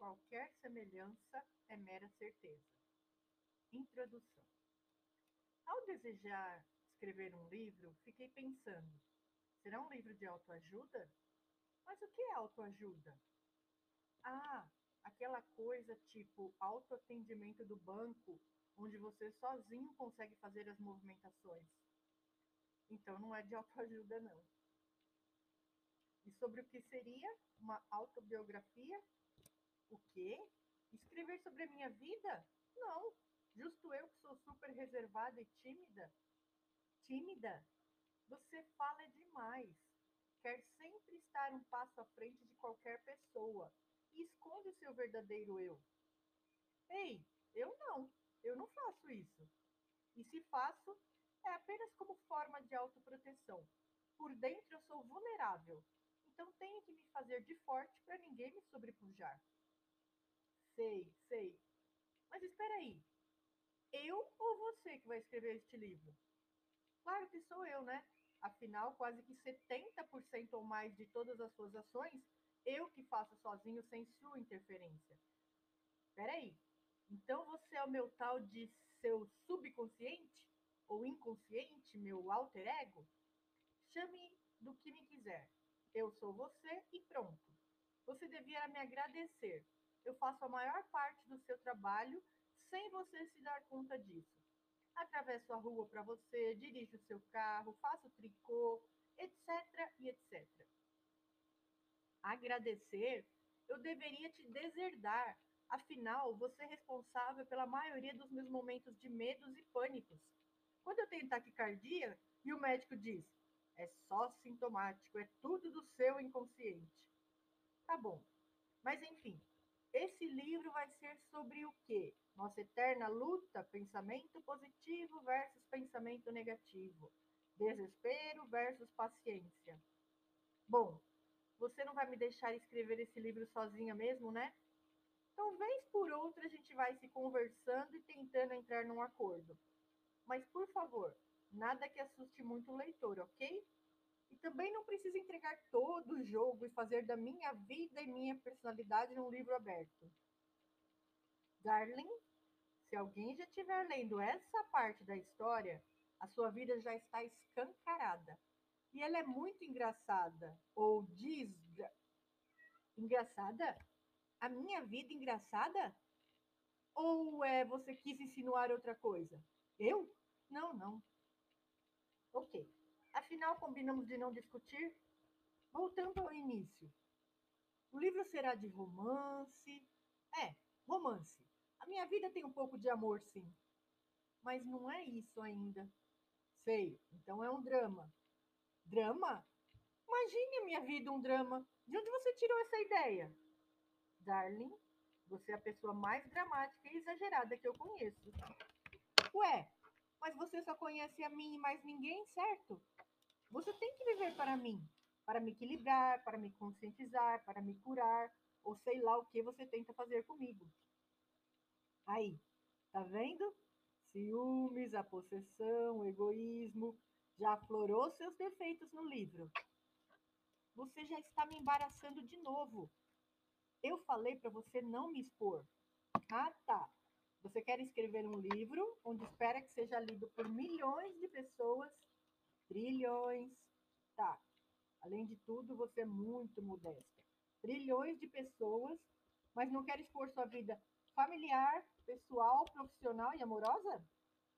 qualquer semelhança é mera certeza. Introdução. Ao desejar escrever um livro, fiquei pensando: será um livro de autoajuda? Mas o que é autoajuda? Ah, aquela coisa tipo autoatendimento do banco, onde você sozinho consegue fazer as movimentações. Então não é de autoajuda, não. E sobre o que seria uma autobiografia? O quê? Escrever sobre a minha vida? Não, justo eu que sou super reservada e tímida. Tímida? Você fala demais. Quer sempre estar um passo à frente de qualquer pessoa e esconde o seu verdadeiro eu. Ei, eu não faço isso. E se faço, é apenas como forma de autoproteção. Por dentro eu sou vulnerável, então tenho que me fazer de forte para ninguém me sobrepujar. Sei, sei. Mas espera aí, eu ou você que vai escrever este livro? Claro que sou eu, né? Afinal, quase que 70% ou mais de todas as suas ações, eu que faço sozinho sem sua interferência. Espera aí, então você é o meu tal de seu subconsciente? Ou inconsciente, meu alter ego? Chame do que me quiser. Eu sou você e pronto. Você devia me agradecer. Eu faço a maior parte do seu trabalho sem você se dar conta disso. Atravesso a rua para você, dirijo o seu carro, faço tricô, etc e etc. Agradecer, eu deveria te deserdar. Afinal, você é responsável pela maioria dos meus momentos de medos e pânicos. Quando eu tenho taquicardia e o médico diz: é só sintomático, é tudo do seu inconsciente. Tá bom, mas enfim, esse livro vai ser sobre o quê? Nossa eterna luta, pensamento positivo versus pensamento negativo, desespero versus paciência. Bom, você não vai me deixar escrever esse livro sozinha mesmo, né? Então, vez por outra, a gente vai se conversando e tentando entrar num acordo. Mas, por favor, nada que assuste muito o leitor, ok? E também não precisa entregar todo o jogo e fazer da minha vida e minha personalidade num livro aberto. Darling, se alguém já estiver lendo essa parte da história, a sua vida já está escancarada. E ela é muito engraçada. Ou engraçada? A minha vida engraçada? Ou você quis insinuar outra coisa? Eu? Não, não. Ok. Afinal, combinamos de não discutir? Voltando ao início. O livro será de romance. É, romance. A minha vida tem um pouco de amor, sim. Mas não é isso ainda. Sei, então é um drama. Drama? Imagine a minha vida um drama. De onde você tirou essa ideia? Darling, você é a pessoa mais dramática e exagerada que eu conheço. Ué, mas você só conhece a mim e mais ninguém, certo? Você tem que viver para me equilibrar, para me conscientizar, para me curar, ou sei lá o que você tenta fazer comigo. Aí, tá vendo? Ciúmes, a possessão, o egoísmo, já aflorou seus defeitos no livro. Você já está me embaraçando de novo. Eu falei para você não me expor. Ah, tá. Você quer escrever um livro onde espera que seja lido por milhões de pessoas, trilhões. Tá. Além de tudo, você é muito modesta. Trilhões de pessoas, mas não quer expor sua vida familiar, pessoal, profissional e amorosa?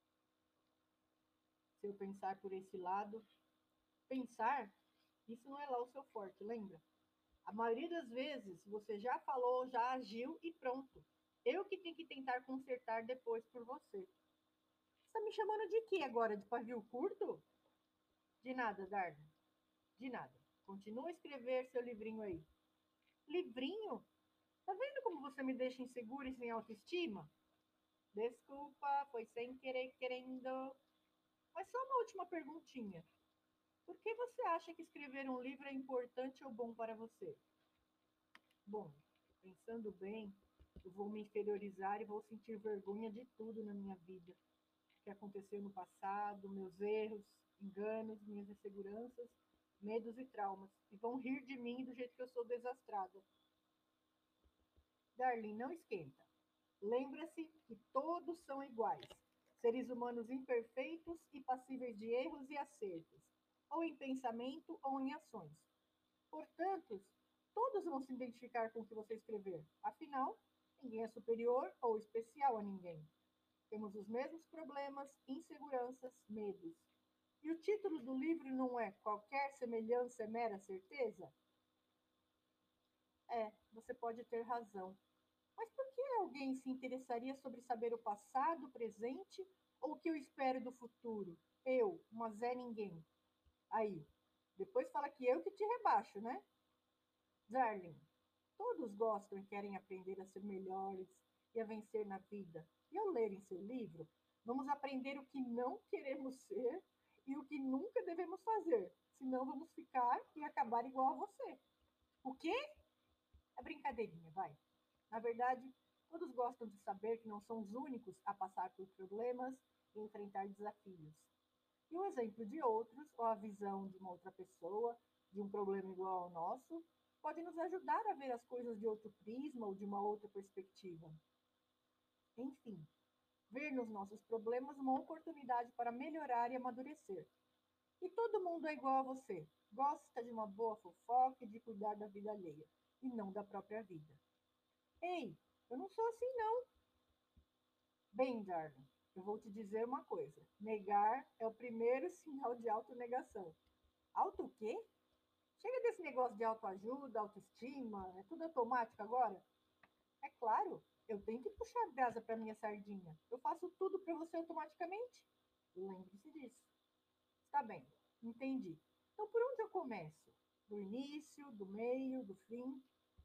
Se eu pensar por esse lado, pensar, isso não é lá o seu forte, lembra? A maioria das vezes você já falou, já agiu e pronto. Eu que tenho que tentar consertar depois por você. Você está me chamando de quê agora? De pavio curto? De nada, Dardo. De nada. Continua a escrever seu livrinho aí. Livrinho? Tá vendo como você me deixa insegura e sem autoestima? Desculpa, foi sem querer querendo. Mas só uma última perguntinha. Por que você acha que escrever um livro é importante ou bom para você? Bom, pensando bem, eu vou me inferiorizar e vou sentir vergonha de tudo na minha vida. O que aconteceu no passado, meus erros, enganos, minhas inseguranças, medos e traumas. E vão rir de mim do jeito que eu sou desastrada. Darling, não esquenta. Lembra-se que todos são iguais, seres humanos imperfeitos e passíveis de erros e acertos, ou em pensamento ou em ações. Portanto, todos vão se identificar com o que você escrever. Afinal, ninguém é superior ou especial a ninguém. Temos os mesmos problemas, inseguranças, medos. E o título do livro não é Qualquer Semelhança é Mera Certeza? É, você pode ter razão. Mas por que alguém se interessaria sobre saber o passado, o presente ou o que eu espero do futuro? Eu, uma Zé Ninguém. Aí, depois fala que eu que te rebaixo, né? Darling, todos gostam e querem aprender a ser melhores e a vencer na vida. E ao ler em seu livro, vamos aprender o que não queremos ser e o que nunca devemos fazer, senão vamos ficar e acabar igual a você. O quê? É brincadeirinha, vai. Na verdade, todos gostam de saber que não são os únicos a passar por problemas e enfrentar desafios. E o exemplo de outros, ou a visão de uma outra pessoa, de um problema igual ao nosso, pode nos ajudar a ver as coisas de outro prisma ou de uma outra perspectiva. Enfim, ver nos nossos problemas uma oportunidade para melhorar e amadurecer. E todo mundo é igual a você. Gosta de uma boa fofoca e de cuidar da vida alheia, e não da própria vida. Ei, eu não sou assim, não. Bem, Darwin, eu vou te dizer uma coisa. Negar é o primeiro sinal de autonegação. Auto o quê? Chega desse negócio de autoajuda, autoestima, é tudo automático agora? É claro, eu tenho que puxar brasa para minha sardinha. Eu faço tudo para você automaticamente. Lembre-se disso. Está bem, entendi. Então, por onde eu começo? Do início, do meio, do fim?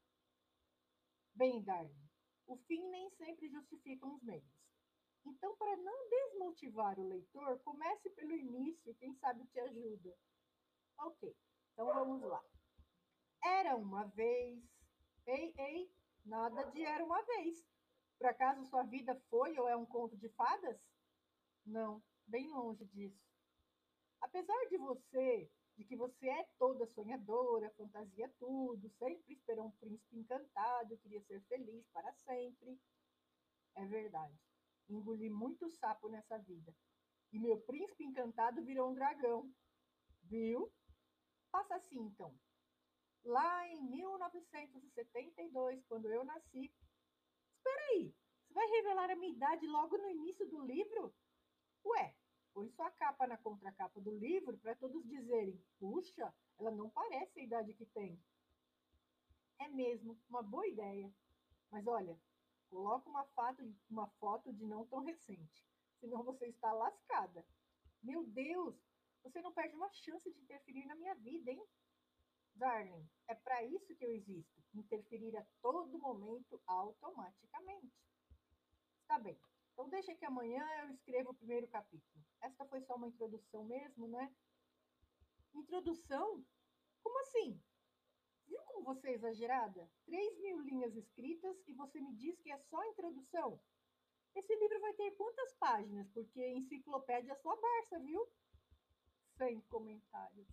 Bem, Darwin, o fim nem sempre justifica os meios. Então, para não desmotivar o leitor, comece pelo início, quem sabe te ajuda. Ok, então vamos lá. Era uma vez. Ei, ei, nada de era uma vez. Por acaso sua vida foi ou é um conto de fadas? Não, bem longe disso. Apesar de que você é toda sonhadora, fantasia tudo, sempre esperou um príncipe encantado, queria ser feliz para sempre. É verdade. Engoli muito sapo nessa vida. E meu príncipe encantado virou um dragão. Viu? Passa assim, então. Lá em 1972, quando eu nasci. Espera aí, você vai revelar a minha idade logo no início do livro? Ué, põe sua capa na contracapa do livro para todos dizerem: puxa, ela não parece a idade que tem. É mesmo, uma boa ideia. Mas olha, coloca uma foto de não tão recente, senão você está lascada. Meu Deus, você não perde uma chance de interferir na minha vida, hein? Darling, é para isso que eu existo, interferir a todo momento automaticamente. Está bem, então deixa que amanhã eu escreva o primeiro capítulo. Esta foi só uma introdução mesmo, né? Introdução? Como assim? Viu como você é exagerada? 3.000 linhas escritas e você me diz que é só introdução? Esse livro vai ter quantas páginas? Porque enciclopédia é sua Barça, viu? Sem comentários.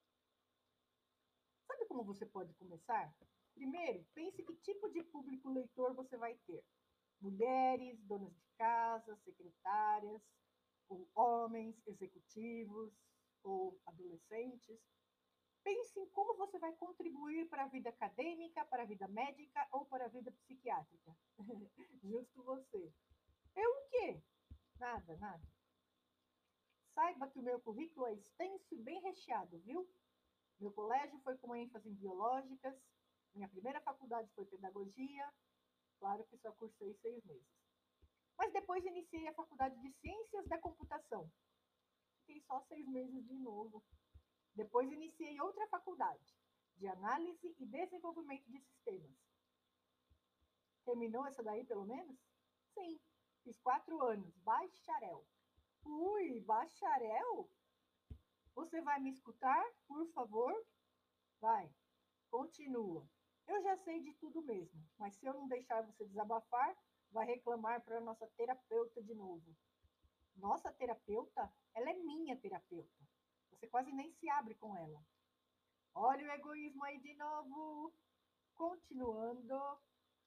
Sabe como você pode começar? Primeiro, pense que tipo de público leitor você vai ter. Mulheres, donas de casa, secretárias, ou homens, executivos, ou adolescentes. Pense em como você vai contribuir para a vida acadêmica, para a vida médica ou para a vida psiquiátrica. Justo você. Eu o quê? Nada, nada. Saiba que o meu currículo é extenso e bem recheado, viu? Meu colégio foi com ênfase em biológicas, minha primeira faculdade foi pedagogia, claro que só cursei 6 meses. Mas depois iniciei a faculdade de ciências da computação. Fiquei só 6 meses de novo. Depois iniciei outra faculdade, de análise e desenvolvimento de sistemas. Terminou essa daí, pelo menos? Sim, fiz 4 anos, bacharel. Ui, bacharel? Você vai me escutar, por favor? Vai, continua. Eu já sei de tudo mesmo, mas se eu não deixar você desabafar, vai reclamar para a nossa terapeuta de novo. Nossa terapeuta? Ela é minha terapeuta. Você quase nem se abre com ela. Olha o egoísmo aí de novo. Continuando.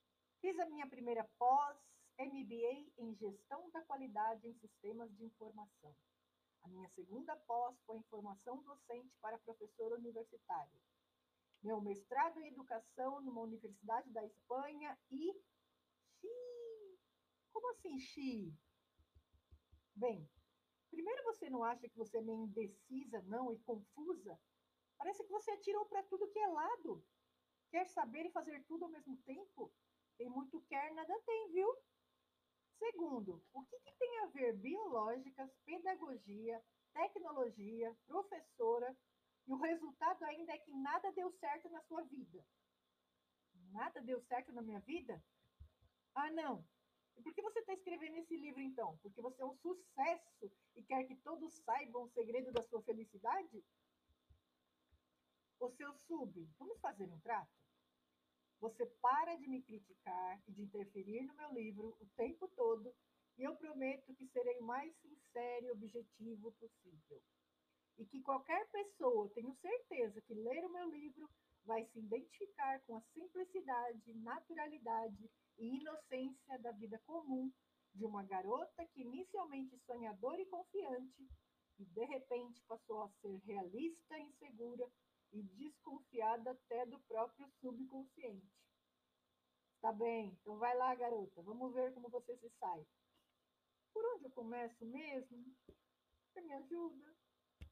Fiz a minha primeira pós MBA em Gestão da Qualidade em Sistemas de Informação. A minha segunda pós foi em Formação Docente para Professor Universitário. Meu mestrado em Educação numa Universidade da Espanha e... Xiii! Como assim, Xi? Bem, primeiro você não acha que você é meio indecisa, não, e confusa? Parece que você atirou para tudo que é lado. Quer saber e fazer tudo ao mesmo tempo? Tem muito quer, nada tem, viu? Segundo, o que tem a ver biológicas, pedagogia, tecnologia, professora, e o resultado ainda é que nada deu certo na sua vida? Nada deu certo na minha vida? Ah, não. E por que você está escrevendo esse livro então? Porque você é um sucesso e quer que todos saibam o segredo da sua felicidade? O seu sub, vamos fazer um trato? Você para de me criticar e de interferir no meu livro o tempo todo, e eu prometo que serei o mais sincero e objetivo possível. E que qualquer pessoa, tenho certeza, que ler o meu livro vai se identificar com a simplicidade, naturalidade e inocência da vida comum de uma garota que inicialmente sonhadora e confiante e de repente passou a ser realista, insegura e desconfiada até do próprio subconsciente. Tá bem, então vai lá, garota, vamos ver como você se sai. Por onde eu começo mesmo? Você me ajuda?